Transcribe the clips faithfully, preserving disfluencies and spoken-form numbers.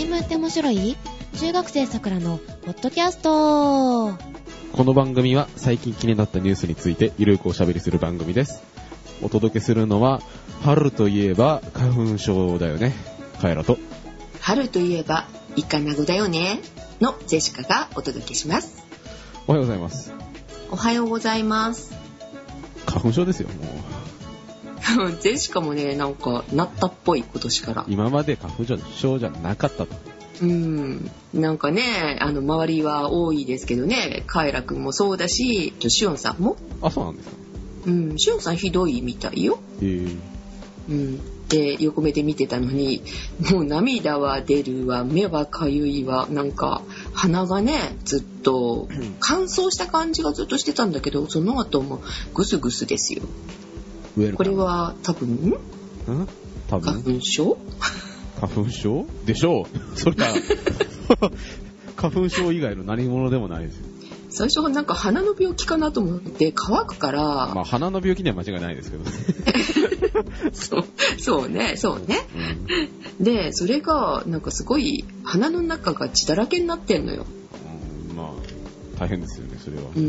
新聞って面白い？中学生さくらのポッドキャスト。 この番組は最近気になったニュースについてゆるくおしゃべりする番組です。お届けするのは春といえば花粉症だよね、カエラと春といえばイカナゴだよねのジェシカがお届けします。 おはようございます。 おはようございます。 花粉症ですよ、もうジェシカもね、なんかなったっぽい、今年から。 今まで花粉症じゃなかったと。 うん、なんかね、あの周りは多いですけどね、カエラくんもそうだし、シオンさんも。 あ、そうなんですか。 うん、シオンさんひどいみたいよ。 へー。 うん、で横目で見てたのに、もう涙は出るわ、目はかゆいわ、なんか鼻がねずっと乾燥した感じがずっとしてたんだけど、その後もグスグスですよ。これは多分ん多分花粉症花粉症でしょう。それは花粉症以外の何者でもないですよ。 最初はなんか鼻の病気かなと思って、乾くから、 まあ鼻の病気には間違いないですけどね。 そうそうねそうね、うん、でそれがなんかすごい鼻の中が血だらけになってんのよ。 うん、まあ大変ですよね、それは。 うん、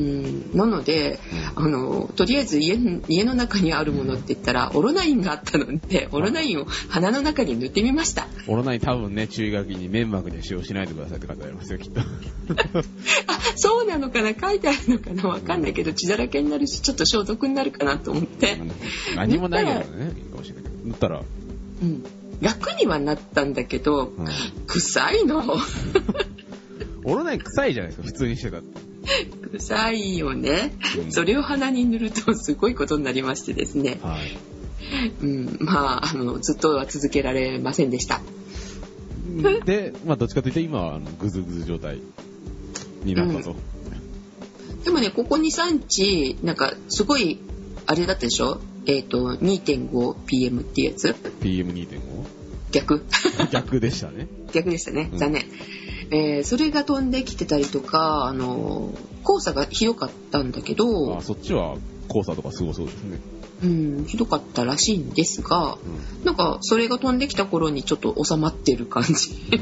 なので、うん、あのとりあえず 家, 家の中にあるものって言ったら、うん、オロナインがあったので、オロナインを鼻の中に塗ってみました。 オロナイン多分ね、注意書きに粘膜で使用しないでくださいって書いてありますよ、きっと。 あ、そうなのかな、書いてあるのかな、わかんないけど、血だらけになるし、ちょっと消毒になるかなと思って。 何もないけどね、いいかもしれないけど、塗ったら、 うん、楽にはなったんだけど、うん、臭いの。 オロナイン臭いじゃないですか、普通にしてたって。 臭いよね、うん、それを鼻に塗るとすごいことになりましてですね、はい、うん、まあ、あのずっとは続けられませんでした。 で、まあ、どっちかというと今はあのグズグズ状態になったと、 うん、でもね、ここ に,さん 日なんかすごいあれだったでしょ、えっと にてんごピーエム っていうやつピーエムにてんご逆逆でしたね。 逆でしたね、残念、うん、えー、それが飛んできてたりとか、あの黄砂がひどかったんだけど、 あ、そっちは黄砂とかすごそうですね。 うん、ひどかったらしいんですが、うん、なんかそれが飛んできた頃にちょっと収まってる感じ。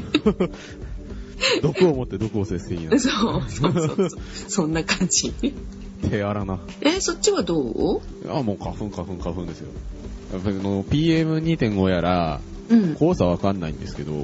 毒を持って毒を接せいな。 そうそうそうそう、そんな感じ。 手荒な。 え、そっちはどう？ あ、もう花粉花粉花粉ですよ。やっぱりの ピーエムにてんご やら、うん、黄砂わかんないんですけど、うん、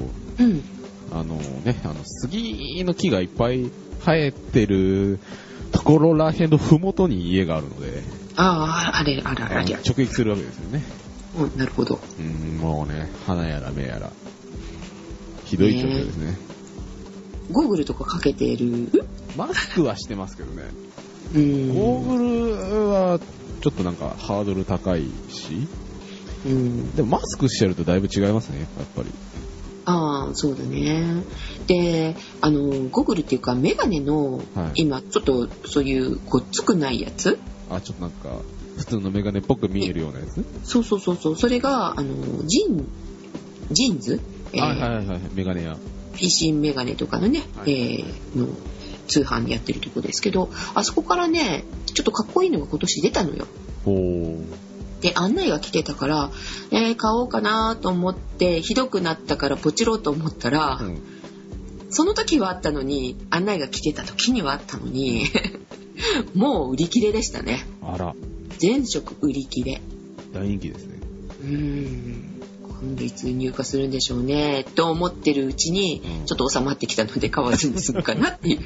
あのね、あの杉の木がいっぱい生えてるところらへんのふもとに家があるので、 ああ、あれあれあれあれ直撃するわけですよね。 うん、なるほど。 うん、もうね、鼻やら目やらひどい状況ですね。 ゴーグルとかかけている？ マスクはしてますけどね。うん、ゴーグルはちょっとなんかハードル高いし、うん、でもマスクしてるとだいぶ違いますね、やっぱり。 ああ、そうだね。で、あのゴーグルっていうかメガネの、はい、今ちょっとそういうごっつくないやつ、 あ、ちょっとなんか普通のメガネっぽく見えるようなやつ。 そうそうそうそう、それがあのジンジーンズ、 えー、はいはいはい、メガネ屋、 ピーシー メガネとかのね、はい、えー、の通販でやってるとこですけど、あそこからねちょっとかっこいいのが今年出たのよ。おで案内が来てたから、えー、買おうかなと思って、ひどくなったからポチろうと思ったら、うん、その時はあったのに、案内が来てた時にはあったのにもう売り切れでしたね。 あら、 全色売り切れ。 大人気ですね。 うーん、今度いつ入荷するんでしょうねと思ってるうちに、うん、ちょっと収まってきたので買わずに済むかなっていう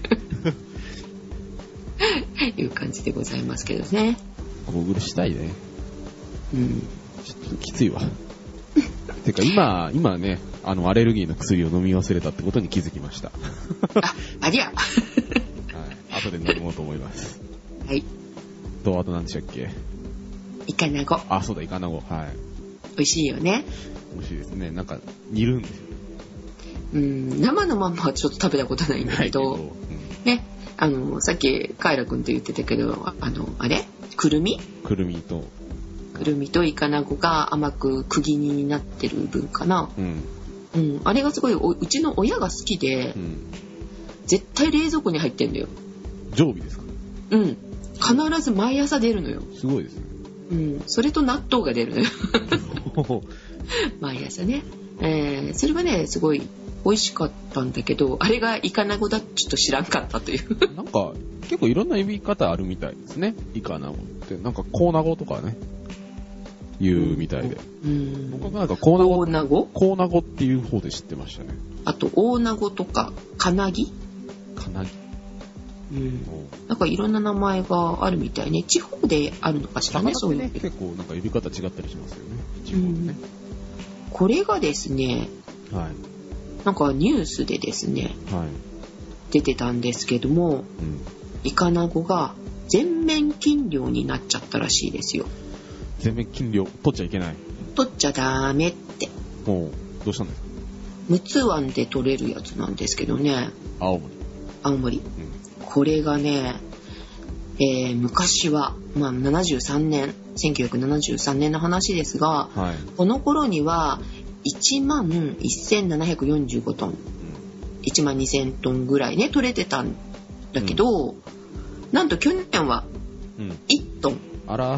いう感じでございますけどね。 ゴーグルしたいね。 うん、 ちょっときついわ。てか今今ね、あのアレルギーの薬を飲み忘れたってことに気づきました。 あ、ありゃ。はい、 後で飲もうと思います。 はい。 と、あと何でしたっけ？ イカナゴ。 あ、そうだ、イカナゴ。はい。 美味しいよね。 美味しいですね。なんか煮るんですよ。 うん、生のまんまはちょっと食べたことないんだけど、うん、ね、あのさっきカイラ君と言ってたけど、あのあれくるみ？ くるみとくるみとイカナゴが甘く釘煮になってる分かな。うん。うん、あれがすごい、うちの親が好きで、うん、絶対冷蔵庫に入ってんだよ。 常備ですか？ うん。必ず毎朝出るのよ。 すごいですね。 うん。それと納豆が出るのよ。毎朝ね。えー、それはねすごい美味しかったんだけど、あれがイカナゴだとちょっと知らんかったという。 なんか結構いろんな呼び方あるみたいですね。イカナゴってなんかコウナゴとかね言うみたいで。うん。僕はなんかコウナゴ。コウナゴ？コウナゴっていう方で知ってましたね。 あとオオナゴとかカナギ？ カナギ。 うん。なんかいろんな名前があるみたいね。地方であるのかしらね、 ね、そういう。結構なんか呼び方違ったりしますよね。地方でね。うん、 これがですね。はい。なんかニュースでですね。はい。出てたんですけども、うん、イカナゴが全面禁漁になっちゃったらしいですよ。 全面禁漁、取っちゃいけない。 取っちゃダメって。 もうどうしたんですか？ 陸奥湾で取れるやつなんですけどね。 青森。 青森。うん、これがね、えー、昔は、まあ、ななじゅうさんねん、せんきゅうひゃくななじゅうさんねんの話ですが、はい、この頃にはいちまんせんななひゃくよんじゅうごトン、うん、いちまんにせんトンぐらいね取れてたんだけど、うん、なんと去年はいちトン、うん、 あら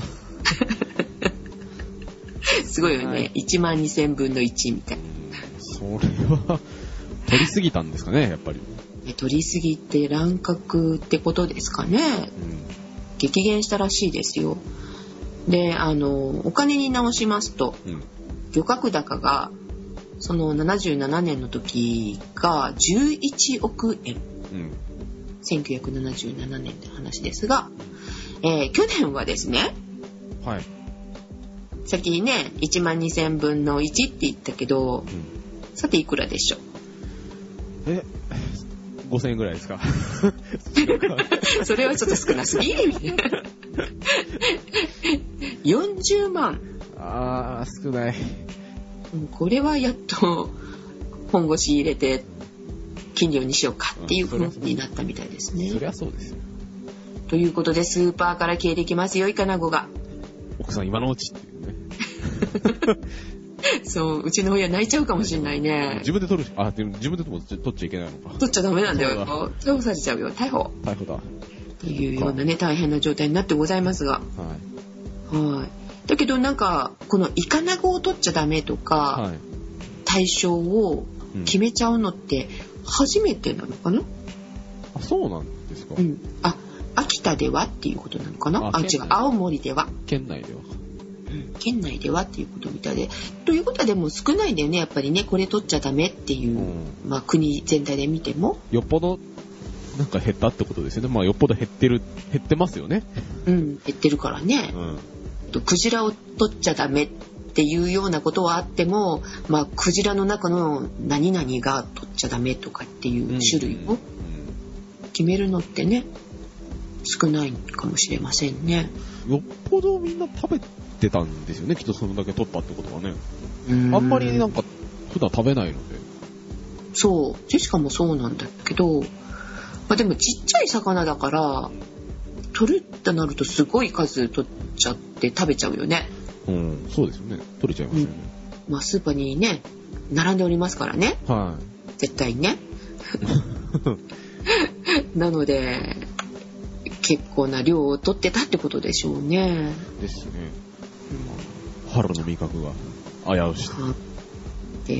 すごいよね、はい、いちまんにせんぶんのいちみたいな。 それは取りすぎたんですかね、やっぱり。 取りすぎて乱獲ってことですかね、うん、激減したらしいですよ。で、あのお金に直しますと、うん、漁獲高がそのななじゅうななねんの時がじゅういちおくえん、うん、せんきゅうひゃくななじゅうななねんって話ですが、えー、去年はですね、はい、さっきねいちまんにせんぶんのいちって言ったけど、うん、さていくらでしょう？ えごせんえんぐらいですか？ それはちょっと少なすぎよんじゅうまん。 あー少ない。 これはやっと本腰入れて禁漁にしようかっていう風になったみたいですね。 そりゃそうですよ。 ということでスーパーから消えてきますよ、イカナゴが。 奥さん今のうちっていうね。 そう、うちの親泣いちゃうかもしれないね。 自分で取る、あ、でも自分で取っちゃいけないのか。 取っちゃダメなんだよ。逮捕されちゃうよ。逮捕。 逮捕だ。 というようなね、大変な状態になってございますが。はい。はい。だけどなんかこのイカナゴを取っちゃダメとか、はい、対象を決めちゃうのって初めてなのかな？うん、 あ、そうなんですか。 うん。あ、秋田ではっていうことなのかな？あ、あ違う、青森では。 県内では。 県内ではっていうことみたいで、ということはでも少ないんだよね、やっぱりね。これ取っちゃダメっていう、うん、まあ国全体で見てもよっぽどなんか減ったってことですよね。まあよっぽど減ってる減ってますよね。 うん、減ってるからね、うん、クジラを取っちゃダメっていうようなことはあっても、まあクジラの中の何々が取っちゃダメとかっていう種類を決めるのってね、少ないかもしれませんね。 よっぽどみんな食べてたんですよね、きっとそれだけ取ったってことはね。うん、あんまりなんか普段食べないので。 そう、ジェシカもそうなんだけど、まあ、でもちっちゃい魚だから取るってなるとすごい数取っちゃって食べちゃうよね。 うん、そうですよね。取れちゃいますよね。 うん、まあスーパーにね並んでおりますからね。はい。絶対にね。なので結構な量を取ってたってことでしょうね。 ですね。うん、春の味覚が危うしです。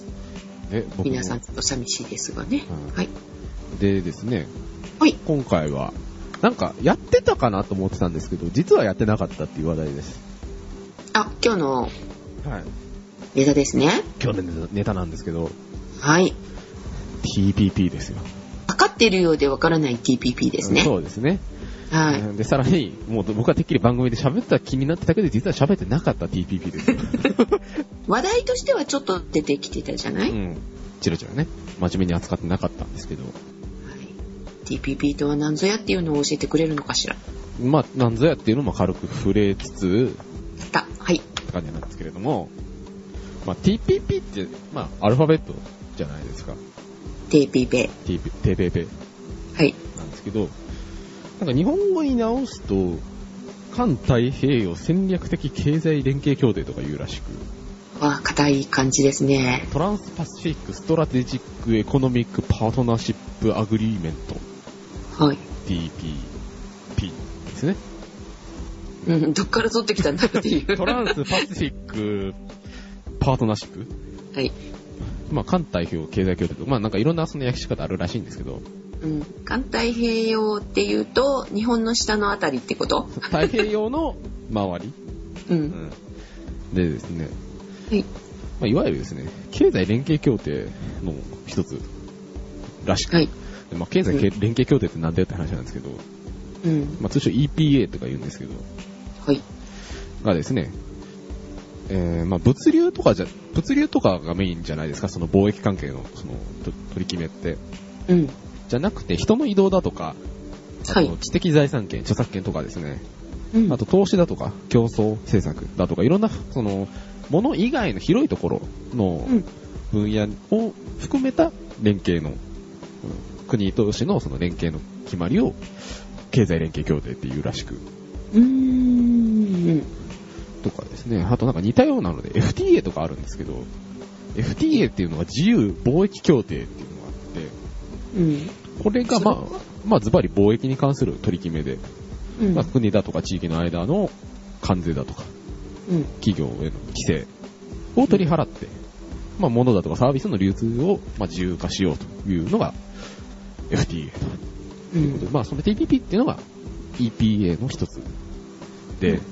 え、僕皆さんちょっと寂しいですがね。はい。 でですね。 はい。 今回はなんかやってたかなと思ってたんですけど、実はやってなかったっていう話題です。 あ、今日のネタですね。はい、 今日のネタなんですけど。 はい。 ティーピーピー ですよ。 分かっているようで分からない ティーピーピー ですね。 そうですね。はい。で、さらに、もう僕はてっきり番組で喋った気になってたけど、実は喋ってなかった ティーピーピー ですよ。 話題としてはちょっと出てきてたじゃない？うん。 チラチラね。真面目に扱ってなかったんですけど。はい。 ティーピーピー とは何ぞやっていうのを教えてくれるのかしら。 まあ、何ぞやっていうのも軽く触れつつ、 た。はい。 って感じなんですけれども、まあ、ティーピーピー って、まあ、アルファベットじゃないですか。 テーピーペー。テーペーペー。 はい。 なんですけど、なんか日本語に直すと、環太平洋戦略的経済連携協定とか言うらしく。 あ、硬い感じですね。 トランスパシフィックストラテジックエコノミックパートナーシップアグリーメント。 はい。 ティーピーピー ですね。 うん、どっから取ってきたんだっていう。 トランスパシフィックパートナーシップはい。 まあ、環太平洋経済協定とか、まあ、なんかいろんなその訳し方あるらしいんですけど、 うん、環太平洋っていうと日本の下のあたりってこと？ 太平洋の周り、 うんうん、 でですね、 はい、 まあ、いわゆるですね経済連携協定の一つらしく、はい、まあ、経済連携協定ってなんだよって話なんですけど、うん、まあ、通称 イーピーエー とか言うんですけど、 はい、 がですね、えー、まあ物流とかじゃ物流とかがメインじゃないですか、その貿易関係のその取り決めって、うん、じゃなくて人の移動だとか、あと知的財産権、著作権とかですね、うん、あと投資だとか競争政策だとかいろんなそのもの以外の広いところの分野を含めた連携の、うん、国同士のその連携の決まりを経済連携協定っていうらしく、うーんとかですね、あとなんか似たようなので エフティーエー とかあるんですけど、 エフティーエー っていうのは自由貿易協定っていうのがあって、うん、これがまあまあズバリ貿易に関する取り決めで、うん、まあ、国だとか地域の間の関税だとか、うん、企業への規制を取り払って、うん、まあ物だとかサービスの流通をまあ自由化しようというのが エフティーエー ということで、うん、まあその ティーピーピー っていうのが イーピーエー の一つで、うん、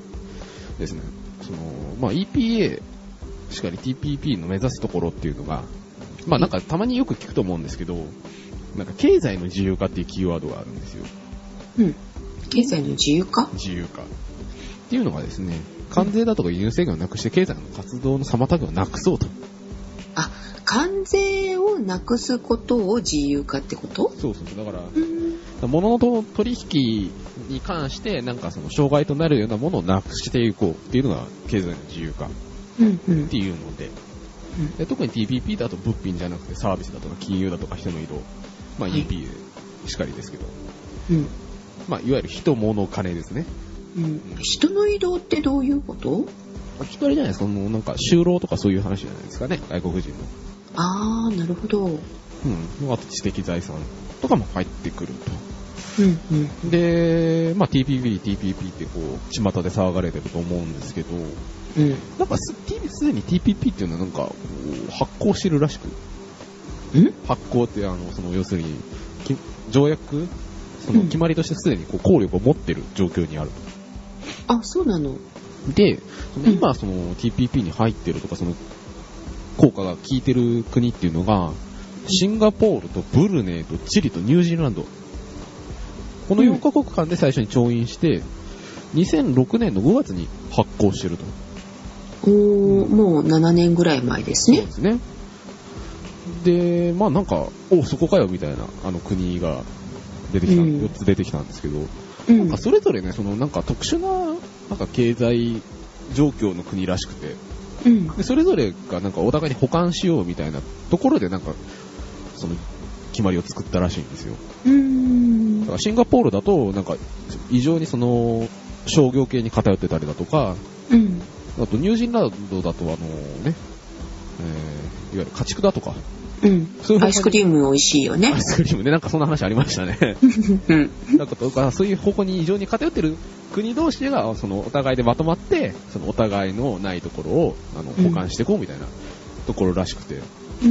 ですね。そのまあ、イーピーエー しかり ティーピーピー の目指すところっていうのが、まあなんかたまによく聞くと思うんですけど、なんか経済の自由化っていうキーワードがあるんですよ。 うん。経済の自由化？ 自由化っていうのがですね、関税だとか輸入制限をなくして経済の活動の妨げをなくそうと。 あ、関税をなくすことを自由化ってこと？ そうそうそう。だから、うん、物の取引に関してなんかその障害となるようなものをなくしていこうっていうのが経済の自由化っていうので、うんうん、で特に ティーピーピー だと物品じゃなくてサービスだとか金融だとか人の移動、まあ イーピーエー しかりですけど、うん、まあいわゆる人物金ですね、 うん、人の移動ってどういうこと？ 人あれじゃないですか、もうなんか就労とかそういう話じゃないですかね、外国人の。 あー、なるほど。うん、 あと知的財産とかも入ってくると。 うんうん、 で、まあ ティーピーピー、ティーピーピー ってこう巷で騒がれてると思うんですけど、うん、なんかすでに ティーピーピー っていうのはなんか発行してるらしく、ん発行ってあのその要するに条約その決まりとしてすでにこう効力を持ってる状況にあると。あ、そうなの。 で、今その ティーピーピー に入ってるとかその効果が効いてる国っていうのがシンガポールとブルネイとチリとニュージーランド、このよんカ国間で最初に調印して、にせんろくねんのごがつに発行してると。 おー、もうななねんぐらい前ですね。 そうですね。で、まあなんか、お、そこかよみたいなあの国が出てきた、うん、よっつ出てきたんですけど、うん、なんかそれぞれね、そのなんか特殊ななんか経済状況の国らしくて、うん、でそれぞれがなんかお互いに補完しようみたいなところでなんかその決まりを作ったらしいんですよ。うーん、だからシンガポールだとなんか異常にその商業系に偏ってたりだとか、うん、あとニュージーランドだとあのね、えー、いわゆる家畜だとか、 うん、そういうアイスクリーム美味しいよね。 アイスクリームね、なんかそんな話ありましたね。うん、なんかとかそういう方向に異常に偏ってる国同士がそのお互いでまとまってそのお互いのないところをあの補完していこうみたいなところらしくて、うん、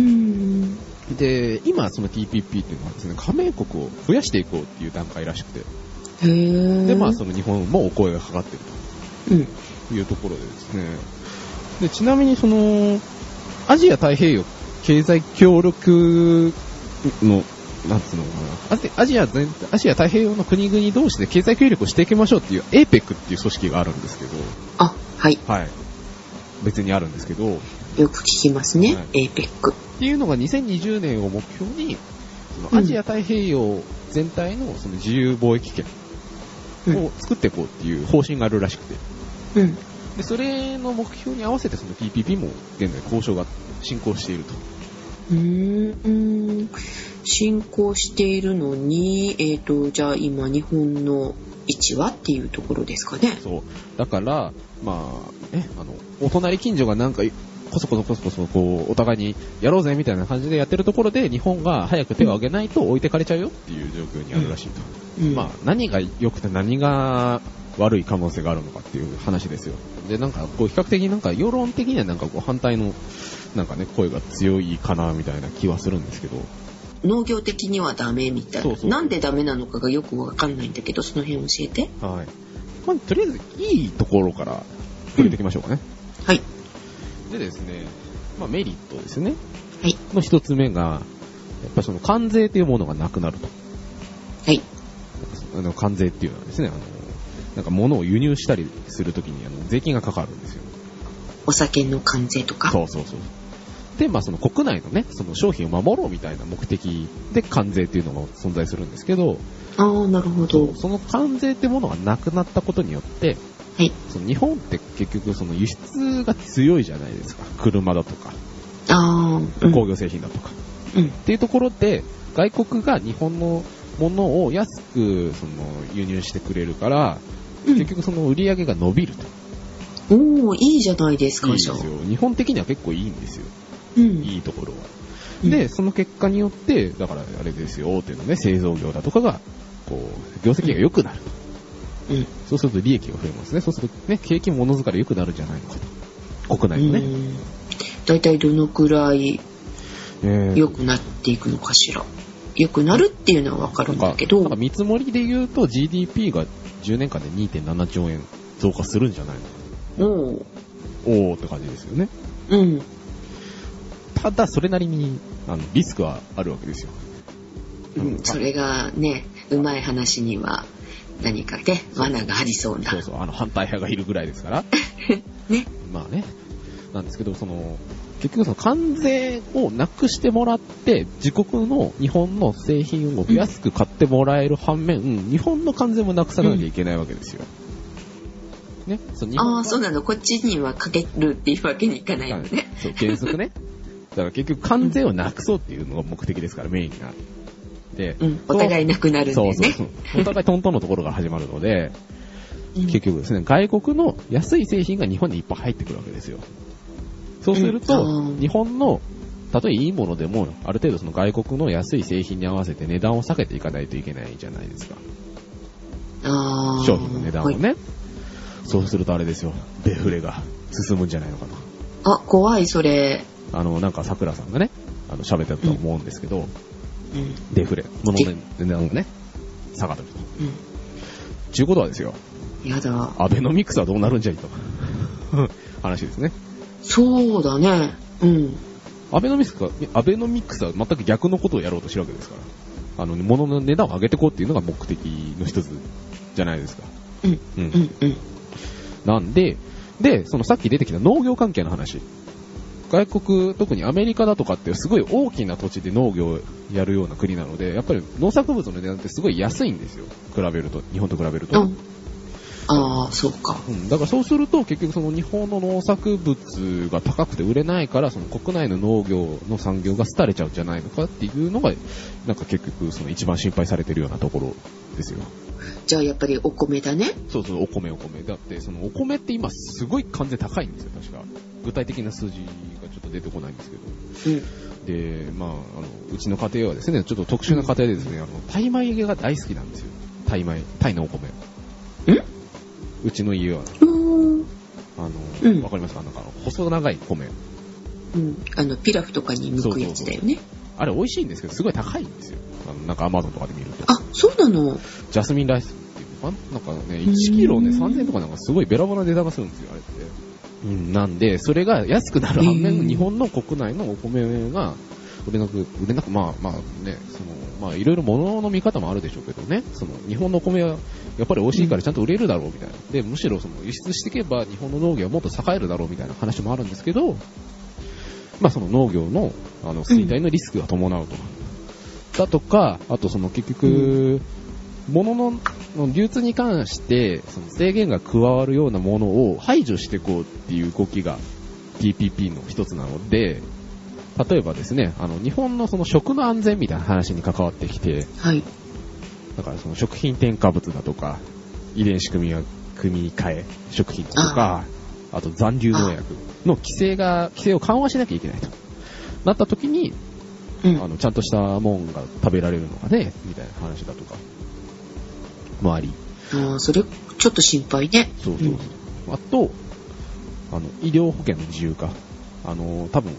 で今その ティーピーピー っていうのはですね、加盟国を増やしていこうっていう段階らしくて、へー、でまあその日本もお声がかかってるというところでですね、でちなみにそのアジア太平洋経済協力のなんつうのかな、アジア全アジア太平洋の国々同士で経済協力をしていきましょうっていう エーペック っていう組織があるんですけど、 あ、はいはい、別にあるんですけど、よく聞きますね、はい、エーペックっていうのがにせんにじゅうねんを目標にそのアジア太平洋全体のその自由貿易圏を作っていこうっていう方針があるらしくて、うん、でそれの目標に合わせてその ティーピーピー も現在交渉が進行していると。 うーん、進行しているのに、えーと、じゃあ今日本の位置はっていうところですかね。 そうだからまあね、あのお隣近所がなんかこそこそこそこそこうお互いにやろうぜみたいな感じでやってるところで日本が早く手を挙げないと置いてかれちゃうよっていう状況にあるらしいと、うんうん、まあ何が良くて何が悪い可能性があるのかっていう話ですよ。でなんかこう比較的なんか世論的にはなんかこう反対のなんかね、声が強いかなみたいな気はするんですけど。 農業的にはダメみたいな。そうそう。なんでダメなのかがよくわかんないんだけど、その辺教えて。 はい。まあ、とりあえずいいところから触れていきましょうかね。 うん、はい。 でですね、まあメリットですね。 はい。 の一つ目が、やっぱりその関税というものがなくなると。 はい。 あの関税っていうのはですね、あの、なんか物を輸入したりするときにあの税金がかかるんですよ。 お酒の関税とか。 そうそうそう。で、まあその国内のね、その商品を守ろうみたいな目的で関税っていうのが存在するんですけど、 ああ、なるほど。 その関税ってものがなくなったことによって、 はい。 その日本って結局その輸出が強いじゃないですか。車だとか、 ああ、 工業製品だとか、 うん、 っていうところで外国が日本のものを安くその輸入してくれるから、うん、結局その売り上げが伸びると。 おお、いいじゃないですか。いいですよ。 日本的には結構いいんですよ。 うん、 いいところは。で、その結果によって、だからあれですよっていうのね、製造業だとかがこう業績が良くなると。うん、そうすると利益が増えますね。そうするとね、景気ものづかり良くなるんじゃないのかと。国内のね。 だいたいどのくらい良くなっていくのかしら。良くなるっていうのは分かるんだけど。 なんか見積もりで言うと ジーディーピー がじゅうねんかんで にてんななちょうえん増加するんじゃないの。 おー。 おーって感じですよね。 うん。 ただそれなりにあのリスクはあるわけですよ。 うん、それがね、うまい話には何かで罠がありそうな。 そうそう、あの反対派がいるぐらいですから。 ね。 まあね。なんですけど、その結局その関税をなくしてもらって自国の日本の製品を安く買ってもらえる反面、うん、日本の関税もなくさなきゃいけないわけですよ。うん、ね。 そう日本ああ、そうなの。こっちにはかけるっていうわけにいかないのね。 そう、原則ね。だから結局関税をなくそうっていうのが目的ですから、メインが。で、 うん、お互いなくなるんだよね。 そうそうそう。お互いトントンのところが始まるので、うん、結局ですね、外国の安い製品が日本にいっぱい入ってくるわけですよ。そうすると、うん、日本の、たとえいいものでも、ある程度その外国の安い製品に合わせて値段を下げていかないといけないじゃないですか。 あ商品の値段をね、はい。そうするとあれですよ、デフレが進むんじゃないのかと。 あ、怖い、それ。 あの、なんか桜さんがね、あの、喋ってたと思うんですけど、うん、デフレ、物の値段がね、下がると。うん。ちゅうことはですよ。 やだ。 アベノミクスはどうなるんじゃいと。話ですね。 そうだね。うん。 アベノミクスは、アベノミクスは全く逆のことをやろうとしてるわけですから。あの、物の値段を上げていこうっていうのが目的の一つじゃないですか。 うん。うん。うん。うん。 なんで、で、そのさっき出てきた農業関係の話。外国、特にアメリカだとかってすごい大きな土地で農業をやるような国なので、やっぱり農作物の値段ってすごい安いんですよ。比べると、日本と比べると。うん、 ああ、そうか。 うん。だからそうすると結局その日本の農作物が高くて売れないから、その国内の農業の産業が廃れちゃうんじゃないのかっていうのが、なんか結局その一番心配されてるようなところですよ。 じゃあやっぱりお米だね。 そうそう、お米お米。だってそのお米って今すごい関税高いんですよ、確か。具体的な数字がちょっと出てこないんですけど。うん。で、まあ、あの、うちの家庭はですね、ちょっと特殊な家庭でですね、あの、タイ米が大好きなんですよ。タイ米、タイのお米。 ん？ うちの家は。 うーん。 あの、わ、うん、かりますか？なんか、細長い米。 うん。あの、ピラフとかに向くやつだよね。そうそうそう。 あれ美味しいんですけど、すごい高いんですよ。あの、なんかアマゾンとかで見ると。 あ、そうなの？ ジャスミンライスっていうのかな？なんかね、いちキロね、さんぜんえんとかなんかすごいベラボラな値段がするんですよ、あれって。うん、なんで、それが安くなる反面、日本の国内のお米が売れなく、売れなく、まあまあね、その、まあいろいろ物の見方もあるでしょうけどね、その、日本のお米はやっぱり美味しいからちゃんと売れるだろうみたいな。で、むしろその輸出していけば日本の農業はもっと栄えるだろうみたいな話もあるんですけど、まあその農業の、あの、衰退のリスクが伴うと。だとか、あとその結局、物の流通に関してその制限が加わるようなものを排除していこうっていう動きが ティーピーピー の一つなので、例えばですね、あの日本のその食の安全みたいな話に関わってきて、 はい、 だからその食品添加物だとか遺伝子組み組み換え食品だとか、あ, あと残留農薬の規制が規制を緩和しなきゃいけないとなった時に、うん、あのちゃんとしたもんが食べられるのかねみたいな話だとかもあり、 ああ、それちょっと心配ね。 そうそうそう、うん、あとあの医療保険の自由化、あの多分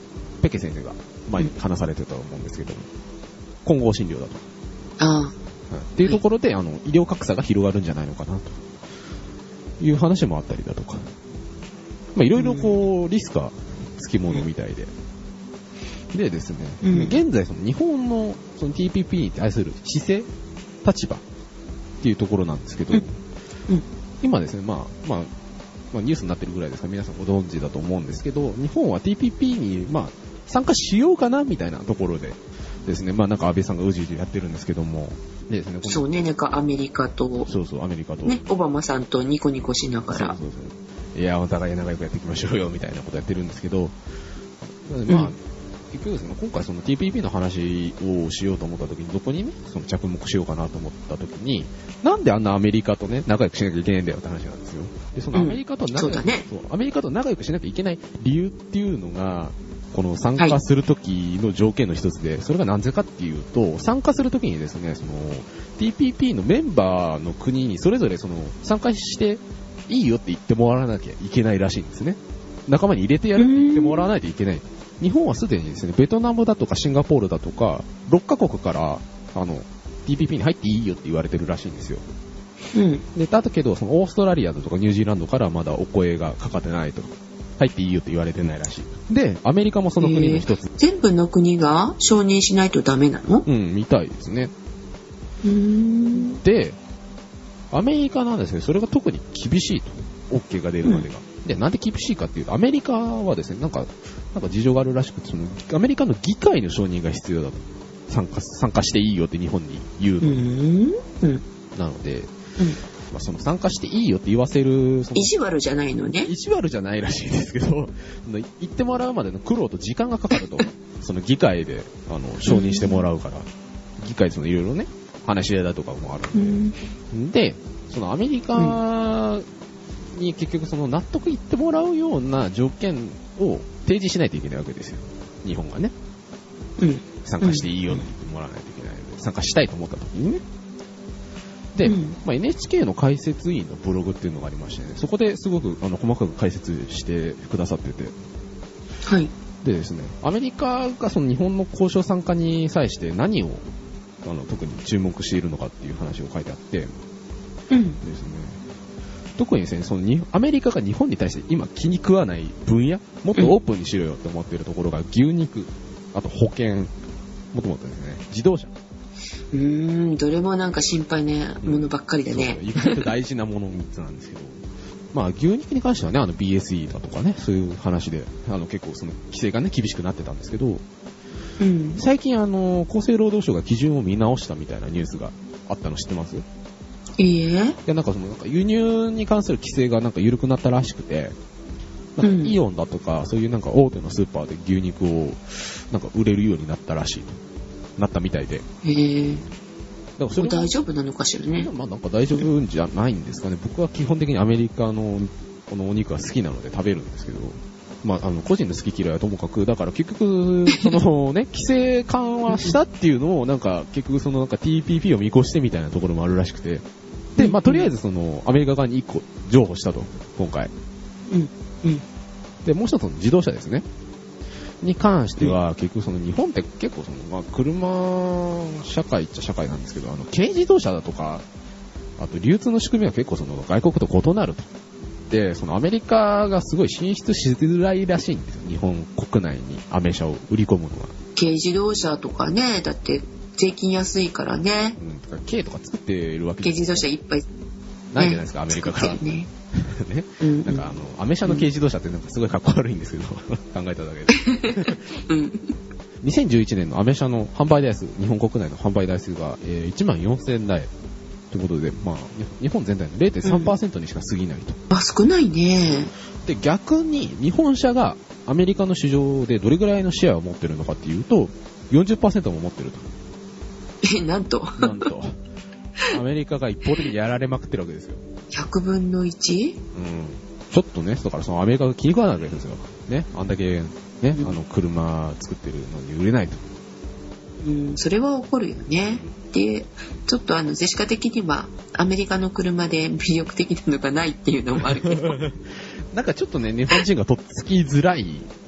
ペケ先生が前に話されてたと思うんですけど、混合診療だと。 ああ。 っていうところで、あの、医療格差が広がるんじゃないのかな、という話もあったりだとか。まあ、いろいろこう、リスクはつきものみたいで。でですね、うん、現在その日本のその ティーピーピー に対する姿勢、立場っていうところなんですけど、うんうん、今ですね、まあ、まあ、まあ、ニュースになってるぐらいですから皆さんご存知だと思うんですけど、日本は ティーピーピー にまあ参加しようかなみたいなところでですね、まあなんか安倍さんがうじうじやってるんですけども、でですね、 そうね、なんかアメリカと、 そうそうアメリカと、 ね、オバマさんとニコニコしながら、そうそうそう、いやお互い仲良くやっていきましょうよみたいなことやってるんですけど、まあ、うん、結局ですね、今回その ティーピーピー の話をしようと思った時にどこにね、その着目しようかなと思った時に、なんであんなアメリカとね仲良くしなきゃいけないんだよって話なんですよ。で、そのアメリカと仲良く、うん、そうだね、そうアメリカと仲良くしなきゃいけない理由っていうのが、この参加する時の条件の一つで、はい、それが何故かっていうと、参加する時にですね、その ティーピーピー のメンバーの国にそれぞれその参加していいよって言ってもらわなきゃいけないらしいんですね。仲間に入れてやるって言ってもらわないといけない。日本はすでにですね、ベトナムだとかシンガポールだとかろっカ国からあの ティーピーピー に入っていいよって言われてるらしいんですよ。うん。で、だけどそのオーストラリアだとかニュージーランドからはまだお声がかかってないと。入っていいよって言われてないらしい。で、アメリカもその国の一つ。 全部の国が承認しないとダメなの？ うん、みたいですね。 うーん。 で、アメリカなんですけど、それが特に厳しいと。OK が出るまでが。うん、で、なんで厳しいかっていうと、アメリカはですね、なんか、なんか事情があるらしくて、その、アメリカの議会の承認が必要だと。参加、参加していいよって日本に言うの。うーん。うん。 なので、うん、まあ、その参加していいよって言わせる、その意地悪じゃないのね。 意地悪じゃないらしいですけど、言ってもらうまでの苦労と時間がかかると、その議会であの承認してもらうから、議会でそのいろいろね、話し合いだとかもあるんで、うん、で、そのアメリカに結局その納得いってもらうような条件を提示しないといけないわけですよ。日本がね。うん、参加していいよって言ってもらわないといけないので、参加したいと思った時にね。で、うん、まあ、エヌエイチケー の解説委員のブログっていうのがありましてね、そこですごくあの細かく解説してくださってて、 はい。 でですね、アメリカがその日本の交渉参加に際して何をあの特に注目しているのかっていう話を書いてあって、うん、ですね、特にですね、そのにアメリカが日本に対して今気に食わない分野、もっとオープンにしろよって思っているところが牛肉、あと保険、もっともっとですね、自動車。 うーん、どれもなんか心配なものばっかりだね。 うん、意外と大事なものみっつなんですけど、まあ牛肉に関してはね、あの ビーエスイー だとかね、そういう話で、あの結構その規制がね厳しくなってたんですけど、うん、最近あの厚生労働省が基準を見直したみたいなニュースがあったの知ってます？ いいえ。 いや、なんかそのなんか輸入に関する規制がなんか緩くなったらしくて、なんかイオンだとか、うん、そういうなんか大手のスーパーで牛肉をなんか売れるようになったらしいと。なったみたいで。 へー。だからそれ大丈夫なのかしらね。 まあなんか大丈夫じゃないんですかね。僕は基本的にアメリカのこのお肉は好きなので食べるんですけど、まああの個人の好き嫌いはともかく、だから結局そのね規制緩和したっていうのをなんか結局そのなんか ティーピーピー を見越してみたいなところもあるらしくて、でまあとりあえずそのアメリカ側にいっこ譲歩したと今回。うんうん。でもう一つの自動車ですね。に関しては結局その日本って結構そのまあ車社会っちゃ社会なんですけど、あの軽自動車だとかあと流通の仕組みは結構その外国と異なると。でそのアメリカがすごい進出しづらいらしいんですよ、日本国内にアメ車を売り込むのは。 軽自動車とかね、だって税金安いからね。 うん、だから軽とか作ってるわけです。軽自動車いっぱいないじゃないですか、ね、アメリカから。ねね、うんうん、なんかあのアメ車の軽自動車ってなんかすごいかっこ悪いんですけど考えただけで、うん、にせんじゅういちねんのアメ車の販売台数、日本国内の販売台数が、えー、いちまんよんせんだいということで、まあ、日本全体の れいてんさんパーセント にしか過ぎないと、 うん、あ、少ないね。 で逆に日本車がアメリカの市場でどれぐらいのシェアを持ってるのかっていうと よんじゅっパーセント も持ってると。 え、なんとなんとアメリカが一方的にやられまくってるわけですよ。 ひゃくぶんのいち？ うん。ちょっとね、だからそのアメリカが気に食わないわけですよ。ね、あんだけね、うん、あの車作ってるのに売れないと。 うん、それは起こるよね。で、ちょっとあのジェシカ的にはアメリカの車で魅力的なのがないっていうのもあるけど。 なんかちょっとね、日本人がとっつきづらい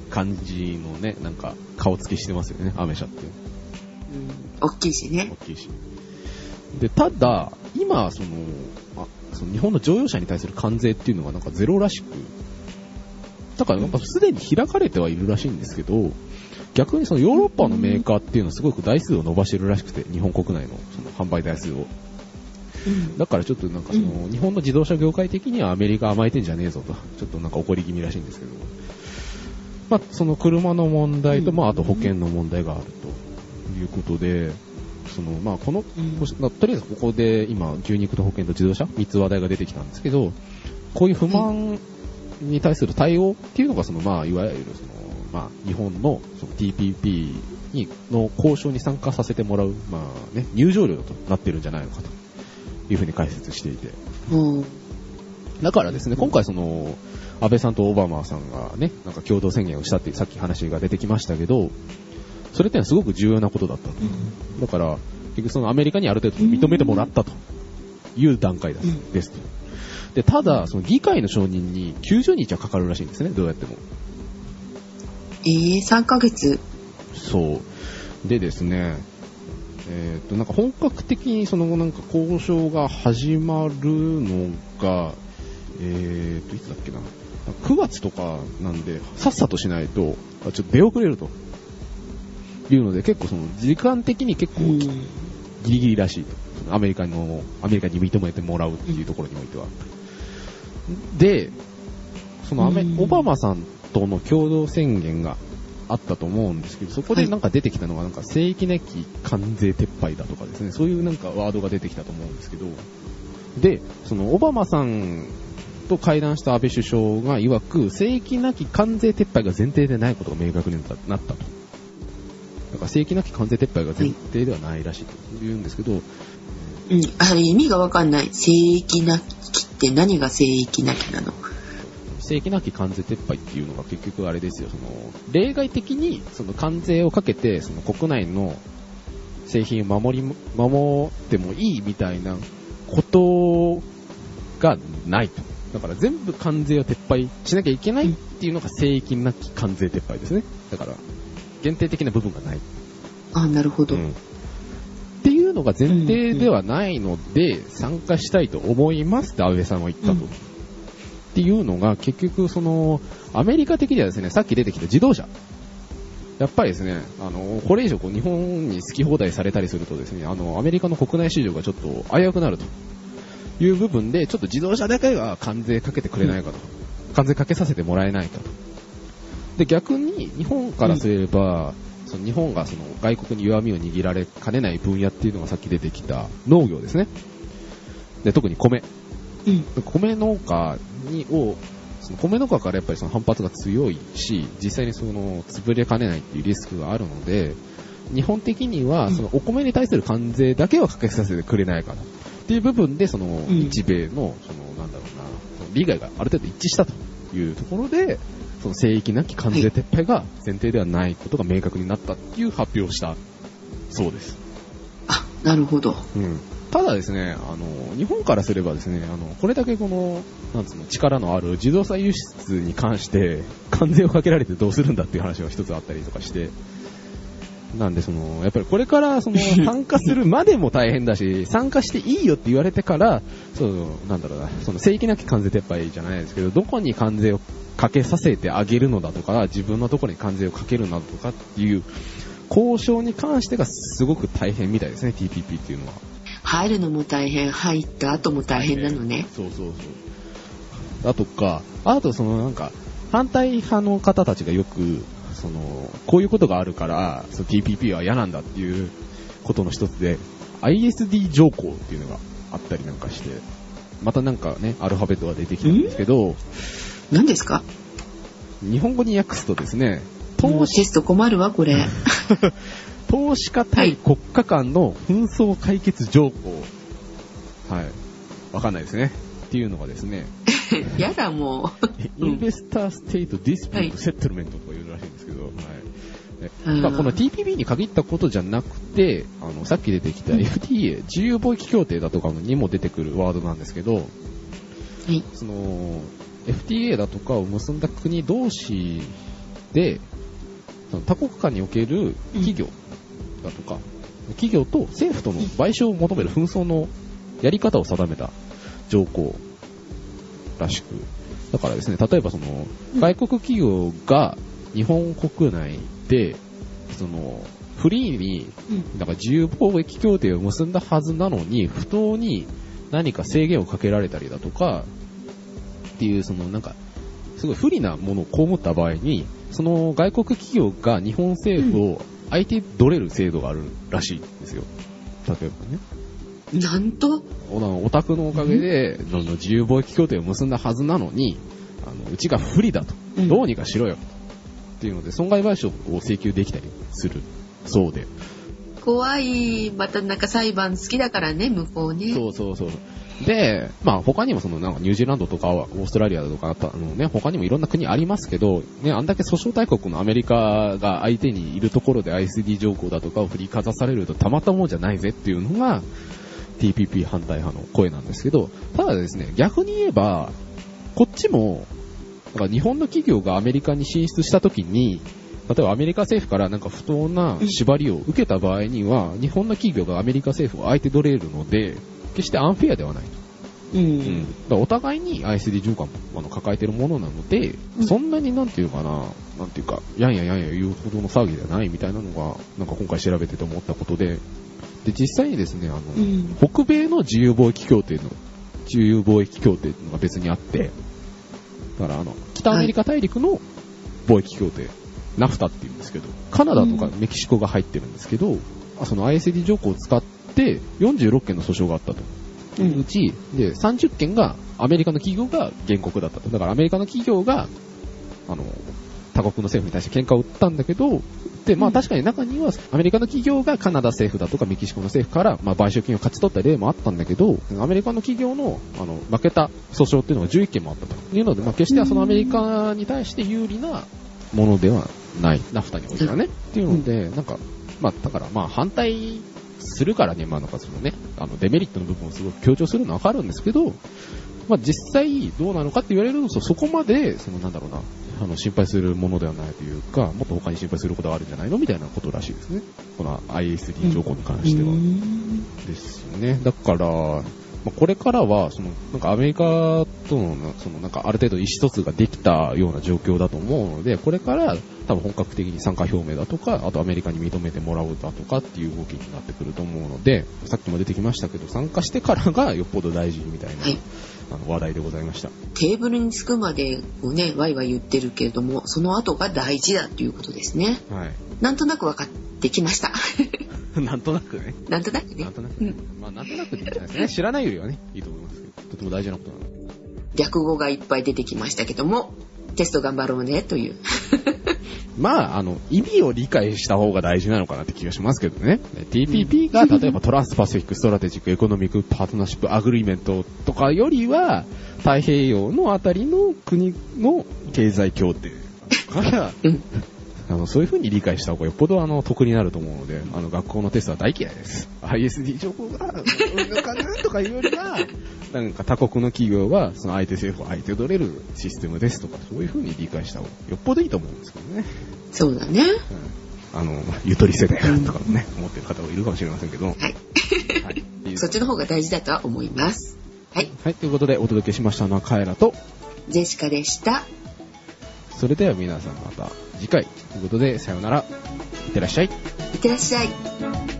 感じのね、なんか顔つきしてますよね、アメ車って。 うん、大きいしね。 大きいし。で、ただ、今、その、あ、その日本の乗用車に対する関税っていうのがなんかゼロらしく、だからなんかすでに開かれてはいるらしいんですけど、逆にそのヨーロッパのメーカーっていうのはすごく台数を伸ばしてるらしくて、日本国内のその販売台数を。だからちょっとなんかその日本の自動車業界的にはアメリカ甘えてんじゃねえぞと、ちょっとなんか怒り気味らしいんですけど、まあその車の問題と、まああと保険の問題があるということで、そのまあこの、とりあえずここで今牛肉と保険と自動車みっつ話題が出てきたんですけど、こういう不満に対する対応っていうのがそのまあいわゆるそのまあ日本のその ティーピーピー にの交渉に参加させてもらうまあね入場料となってるんじゃないのかというふうに解説していて、うん、だからですね今回その安倍さんとオバマさんがねなんか共同宣言をしたってさっき話が出てきましたけど、それってのはすごく重要なことだったと、うん、だから結局そのアメリカにある程度認めてもらったという段階です、うん、ですと。でただその議会の承認にきゅうじゅうにちはかかるらしいんですね、どうやっても。 えー、さんかげつ。 そうでですね、えー、となんか本格的にそのなんか交渉が始まるのが、えー、といつだっけな、くがつとかなんでさっさとしないとちょっと出遅れるというので、結構その時間的に結構ギリギリらしいと、アメリカのアメリカに認めてもらうっていうところにおいては。でそのアメオバマさんとの共同宣言があったと思うんですけど、そこでなんか出てきたのがなんか聖域なき関税撤廃だとかですね、そういうなんかワードが出てきたと思うんですけど、でそのオバマさんと会談した安倍首相が曰く聖域なき関税撤廃が前提でないことが明確になったと。だから聖域なき関税撤廃が前提ではないらしいと言うんですけど、うん、 あれ意味がわかんない。聖域なきって何が聖域なきなの？ 聖域なき関税撤廃っていうのが結局あれですよ、その例外的にその関税をかけてその国内の製品を守り守ってもいいみたいなことがないと。だから全部関税を撤廃しなきゃいけないっていうのが聖域なき関税撤廃ですね。だから限定的な部分がない。 あ、なるほど、うん、 っていうのが前提ではないので、うんうん、参加したいと思いますって安倍さんは言ったと、うん、っていうのが結局そのアメリカ的にはですね、さっき出てきた自動車やっぱりですね、あのこれ以上こう日本に好き放題されたりするとですね、あのアメリカの国内市場がちょっと危うくなるという部分で、ちょっと自動車だけは関税かけてくれないかと、うん、関税かけさせてもらえないかと。で逆に日本からすれば、うん、その日本がその外国に弱みを握られかねない分野っていうのがさっき出てきた農業ですね。で特に米、うん、米農家にをその米農家からやっぱりその反発が強いし、実際にその潰れかねないっていうリスクがあるので、日本的にはそのお米に対する関税だけはかけさせてくれないかなっていう部分で、その日米のそのなんだろうな、利害がある程度一致したというところで、その聖域なき関税撤廃が前提ではないことが明確になったっていう発表をしたそうです。 あ、なるほど。 うん。ただですね、あの日本からすればですね、あのこれだけこのなんつうの力のある自動車輸出に関して関税をかけられてどうするんだっていう話が一つあったりとかして、なんでそのやっぱりこれからその参加するまでも大変だし、参加していいよって言われてから、そうなんだろうな、その聖域なき関税撤廃じゃないですけど、どこに関税をかけさせてあげるのだとか、自分のところに関税をかけるのだとかっていう交渉に関してがすごく大変みたいですね、 ティーピーピー っていうのは。 入るのも大変、入った後も大変なのね。 そうそうそう。だとか、あとそのなんか反対派の方たちがよくそのこういうことがあるからその ティーピーピー は嫌なんだっていうことの一つで アイエスディー 条項っていうのがあったりなんかして、またなんかねアルファベットが出てきたんですけど、 何ですか？ 日本語に訳すとですね、 投資テスト困るわこれ投資家対国家間の紛争解決条項、はい、わかんないですねっていうのがですねやだもうインベスターステートディスピュートセットルメントとか言うらしいんですけど、はい、まあ、この ティーピーピー に限ったことじゃなくて、あのさっき出てきた エフティーエー 自由貿易協定だとかにも出てくるワードなんですけど、はい、その エフティーエー だとかを結んだ国同士で、その多国間における企業だとか、うん、企業と政府との賠償を求める紛争のやり方を定めた条項らしく、だからですね、例えばその外国企業が日本国内でそのフリーになんか自由貿易協定を結んだはずなのに、不当に何か制限をかけられたりだとかっていう、そのなんかすごい不利なものを被った場合に、その外国企業が日本政府を相手取れる制度があるらしいんですよ。例えばね。 なんとお宅のおかげで、うん、自由貿易協定を結んだはずなのに、あのうちが不利だと、うん、どうにかしろよっていうので損害賠償を請求できたりするそうで。 怖い。またなんか裁判好きだからね、向こうね。 そうそうそう。で、まあ他にもそのなんかニュージーランドとかオーストラリアとかあったのね、他にもいろんな国ありますけど、ね、あんだけ訴訟大国のアメリカが相手にいるところで アイエスディー 条項だとかを振りかざされるとたまったもんじゃないぜっていうのが ティーピーピー 反対派の声なんですけど、ただですね、逆に言えばこっちもだから日本の企業がアメリカに進出した時に、例えばアメリカ政府からなんか不当な縛りを受けた場合には、日本の企業がアメリカ政府を相手取れるので、決してアンフェアではないと。うんうん、だからお互いに アイエスディー 条項も抱えているものなので、うん、そんなになんていうかな、なんていうか、やんややんや言うほどの騒ぎではないみたいなのが、なんか今回調べてて思ったことで、で、実際にですね、あの、うん、北米の自由貿易協定の、自由貿易協定が別にあって、だからあの、北アメリカ大陸の貿易協定、はい、ナフタって言うんですけど、カナダとかメキシコが入ってるんですけど、うん、その アイエスディー 条項を使ってよんじゅうろっけんの訴訟があったと。うん、うちでさんじゅっけんがアメリカの企業が原告だったと。だからアメリカの企業があの他国の政府に対して喧嘩を売ったんだけど、でまあ確かに中にはアメリカの企業がカナダ政府だとかメキシコの政府からまあ賠償金を勝ち取った例もあったんだけど、アメリカの企業のあの負けた訴訟っていうのがじゅういっけんもあったというので、まあ決してそのアメリカに対して有利なものではない、ナフタにおいてはね、っていうので、なんかまあだからまあ反対するからね、まあなんかそのね、あのデメリットの部分をすごく強調するのはわかるんですけど、まあ実際どうなのかって言われると、そこまでそのなんだろうな、あの心配するものではないというか、もっと他に心配することがあるんじゃないのみたいなことらしいですね。この アイエスディー 条項に関しては、うん、ですよね。だから、まあ、これからはそのなんかアメリカとのそのなんかある程度意思疎通ができたような状況だと思うので、これから多分本格的に参加表明だとか、あとアメリカに認めてもらうだとかっていう動きになってくると思うので、さっきも出てきましたけど、参加してからがよっぽど大事みたいな、はい、あの話題でございました。 テーブルに着くまでをね、ワイワイ言ってるけれども、その後が大事だということですね。はい。なんとなく分かってきました。 なんとなくね。 なんとなくね。 なんとなくね。うん、まあなんとなくでいいんじゃないですかね。知らないよりはね、いいと思いますけど、とても大事なことなので。 略語がいっぱい出てきましたけども、テスト頑張ろうねという。 まあ、あの、意味を理解した方が大事なのかなって気がしますけどね。ティーピーピー が、例えばトランスパシフィックストラテジックエコノミックパートナーシップアグリーメントとかよりは、太平洋のあたりの国の経済協定から、あの、そういう風に理解した方がよっぽどあの、得になると思うので、あの、学校のテストは大嫌いです。アイエスディー 情報が、うんのかなとかいうよりは、なんか他国の企業は、その相手政府を相手取れるシステムですとか、そういう風に理解した方がよっぽどいいと思うんですけどね。 そうだね。 うん、あの、ゆとり世代とかもね、思ってる方もいるかもしれませんけど。はい。 はい、そっちの方が大事だとは思います。はい。 はい、ということでお届けしましたのはカエラと、 ジェシカでした。 それでは皆さんまた次回ということで、さようなら。いってらっしゃい。いってらっしゃい。